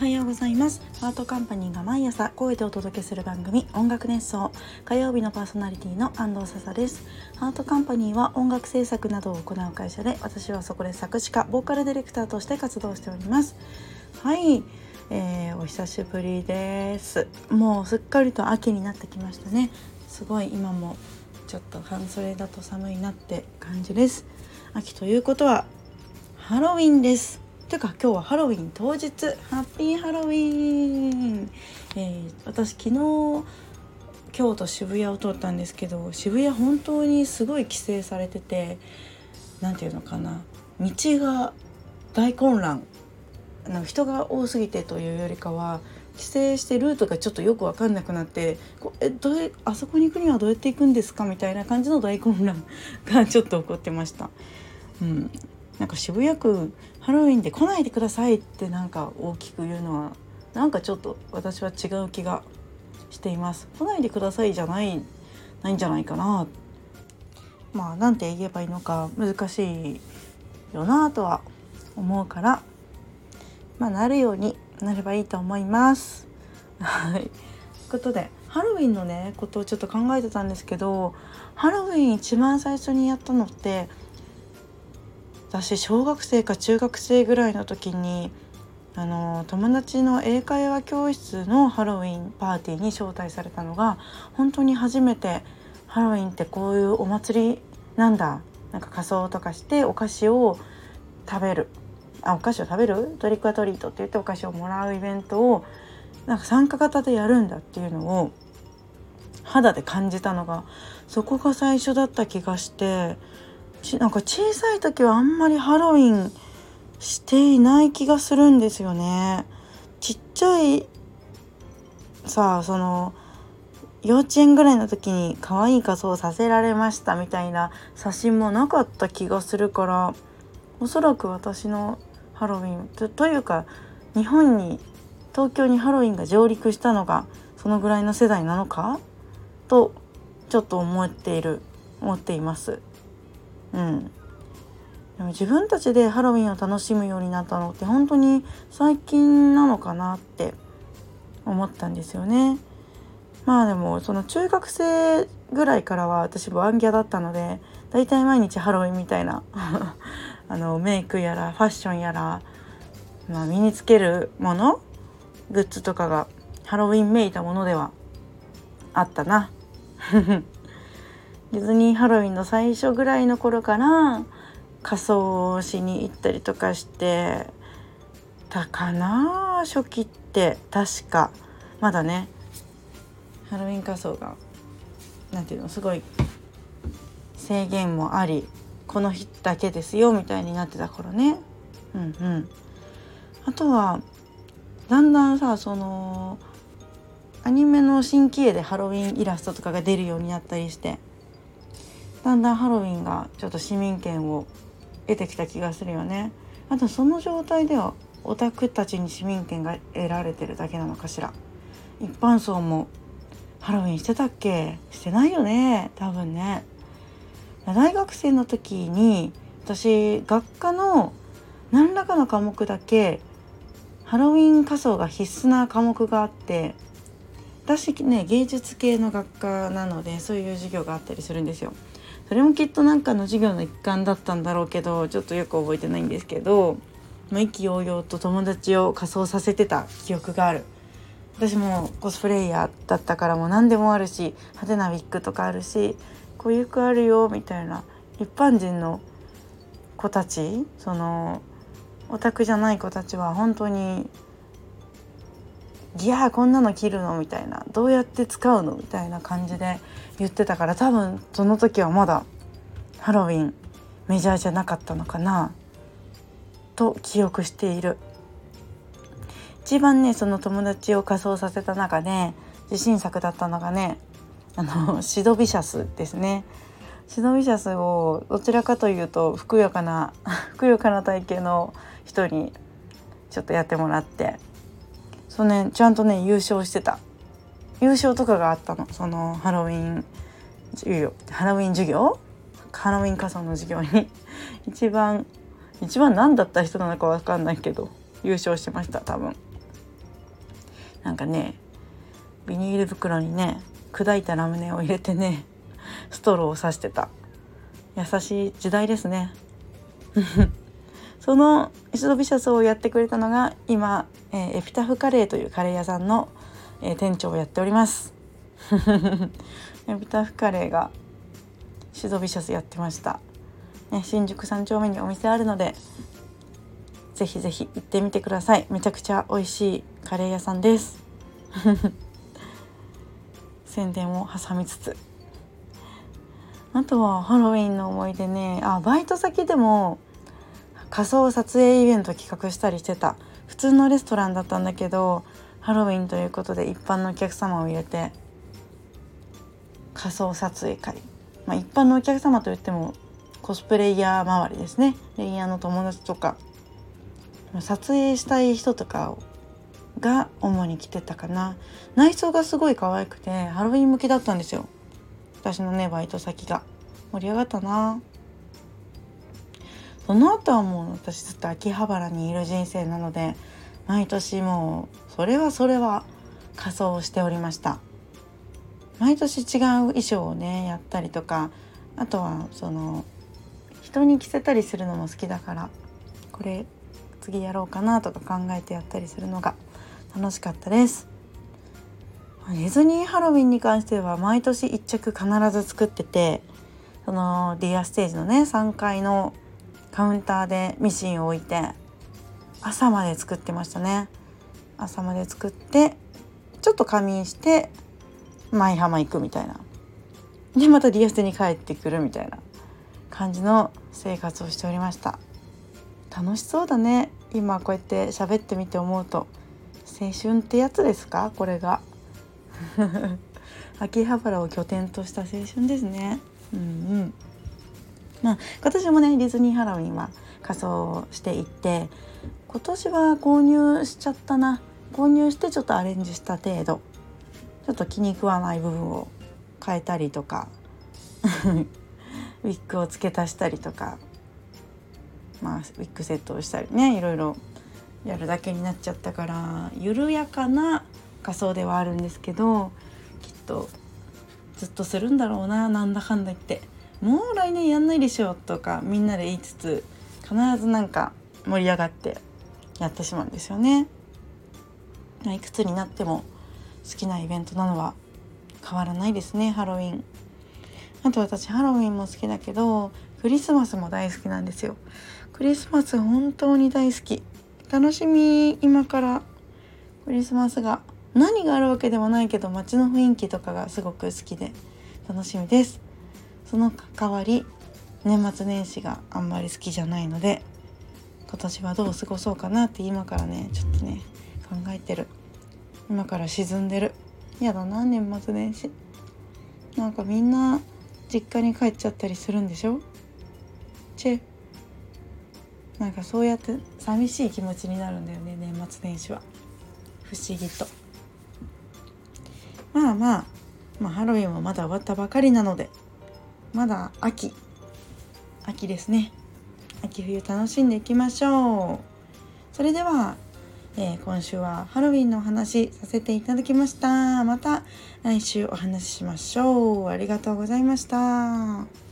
はようございます。アートカンパニーが毎朝声でお届けする番組、音楽熱奏。火曜日のパーソナリティの安藤笹です。アートカンパニーは音楽制作などを行う会社で、私はそこで作詞家、ボーカルディレクターとして活動しております。はい、お久しぶりです。もうすっかりと秋になってきましたね。すごい今もちょっと半袖だと寒いなって感じです。秋ということはハロウィンです。てか今日はハロウィン当日、ハッピーハロウィン、私昨日京都渋谷を通ったんですけど、渋谷本当にすごい規制されてて、なんていうのかな、道が大混乱、人が多すぎてというよりかは規制してルートがちょっとよく分かんなくなって、あそこに行くにはどうやって行くんですかみたいな感じの大混乱がちょっと起こってました。なんか渋谷区ハロウィンで来ないでくださいってなんか大きく言うのはなんかちょっと私は違う気がしています。来ないでくださいじゃないんじゃないかな。なんて言えばいいのか難しいよなとは思うから、なるようになればいいと思います。はい。ということでハロウィンのねことをちょっと考えてたんですけど、ハロウィン一番最初にやったのって私小学生か中学生ぐらいの時に友達の英会話教室のハロウィンパーティーに招待されたのが本当に初めて。ハロウィンってこういうお祭りなんだ、なんか仮装とかしてお菓子を食べるトリックアトリートって言ってお菓子をもらうイベントをなんか参加型でやるんだっていうのを肌で感じたのがそこが最初だった気がして、なんか小さい時はあんまりハロウィンしていない気がするんですよね。ちっちゃいその幼稚園ぐらいの時に可愛い仮装させられましたみたいな写真もなかった気がするから、おそらく私のハロウィンというか東京にハロウィンが上陸したのがそのぐらいの世代なのかとちょっと思っています。でも自分たちでハロウィンを楽しむようになったのって本当に最近なのかなって思ったんですよね。でもその中学生ぐらいからは私ボランギャだったので、だいたい毎日ハロウィンみたいなメイクやらファッションやら、身につけるものグッズとかがハロウィンめいたものではあったなディズニーハロウィンの最初ぐらいの頃から仮装しに行ったりとかしてたかな。初期って確かまだねハロウィン仮装がすごい制限もあり、この日だけですよみたいになってた頃ね。あとはだんだんそのアニメの新規絵でハロウィンイラストとかが出るようになったりして、だんだんハロウィンがちょっと市民権を得てきた気がするよね。あとその状態ではオタクたちに市民権が得られてるだけなのかしら。一般層もハロウィンしてたっけ？してないよね多分ね。大学生の時に私学科の何らかの科目だけハロウィン仮装が必須な科目があって、私ね芸術系の学科なのでそういう授業があったりするんですよ。それもきっとなんかの授業の一環だったんだろうけど、ちょっとよく覚えてないんですけど、意気揚々と友達を仮装させてた記憶がある。私もコスプレイヤーだったからもう何でもあるし、派手なウィッグとかあるし、こういう服あるよみたいな。一般人の子たち、そのオタクじゃない子たちは本当にいやこんなの着るのみたいな、どうやって使うのみたいな感じで言ってたから、多分その時はまだハロウィンメジャーじゃなかったのかなと記憶している。一番ねその友達を仮装させた中で自信作だったのがね、シドビシャスですね。シドビシャスをどちらかというとふくよかな体型の人にちょっとやってもらって、ちゃんとね優勝とかがあったの。そのハロウィン仮装の授業に一番何だった人なのか分かんないけど優勝しました多分。 なんかねビニール袋にね砕いたラムネを入れてねストローを刺してた。優しい時代ですねそのシドビシャスをやってくれたのが今、エピタフカレーというカレー屋さんの、店長をやっておりますエピタフカレーがシドビシャスやってました、ね、新宿3丁目にお店あるのでぜひぜひ行ってみてください。めちゃくちゃ美味しいカレー屋さんです宣伝を挟みつつ、あとはハロウィンの思い出ね。バイト先でも仮装撮影イベント企画したりしてた。普通のレストランだったんだけどハロウィンということで一般のお客様を入れて仮装撮影会、一般のお客様といってもコスプレイヤー周りですね。レイヤーの友達とか撮影したい人とかが主に来てたかな。内装がすごい可愛くてハロウィン向きだったんですよ。私のねバイト先が盛り上がったな。その後はもう私ずっと秋葉原にいる人生なので毎年もうそれは仮装をしておりました。毎年違う衣装をねやったりとか、あとはその人に着せたりするのも好きだからこれ次やろうかなとか考えてやったりするのが楽しかったです。ディズニーハロウィンに関しては毎年1着必ず作ってて、そのディアステージのね3階のカウンターでミシンを置いて朝まで作ってましたね。朝まで作ってちょっと仮眠して舞浜行くみたいなでまたディアステに帰ってくるみたいな感じの生活をしておりました。楽しそうだね。今こうやって喋ってみて思うと青春ってやつですかこれが秋葉原を拠点とした青春ですね。今年もねディズニーハロウィンは仮装していって、今年は購入しちゃったな。購入してちょっとアレンジした程度、ちょっと気に食わない部分を変えたりとかウィッグを付け足したりとか、ウィッグセットをしたりね、いろいろやるだけになっちゃったから緩やかな仮装ではあるんですけど、きっとずっとするんだろうな。なんだかんだ言ってもう来年やんないでしょとかみんなで言いつつ必ずなんか盛り上がってやってしまうんですよね。いくつになっても好きなイベントなのは変わらないですね、ハロウィン。あと私ハロウィンも好きだけどクリスマスも大好きなんですよ。クリスマス本当に大好き。楽しみ。今からクリスマスが何があるわけでもないけど街の雰囲気とかがすごく好きで楽しみです。その代わり年末年始があんまり好きじゃないので今年はどう過ごそうかなって今からねちょっとね考えてる。今から沈んでる。やだな年末年始。なんかみんな実家に帰っちゃったりするんでしょ。なんかそうやって寂しい気持ちになるんだよね、年末年始は。不思議と。まあハロウィンはまだ終わったばかりなのでまだ秋ですね。秋冬楽しんでいきましょう。それでは、今週はハロウィンのお話させていただきました。また来週お話ししましょう。ありがとうございました。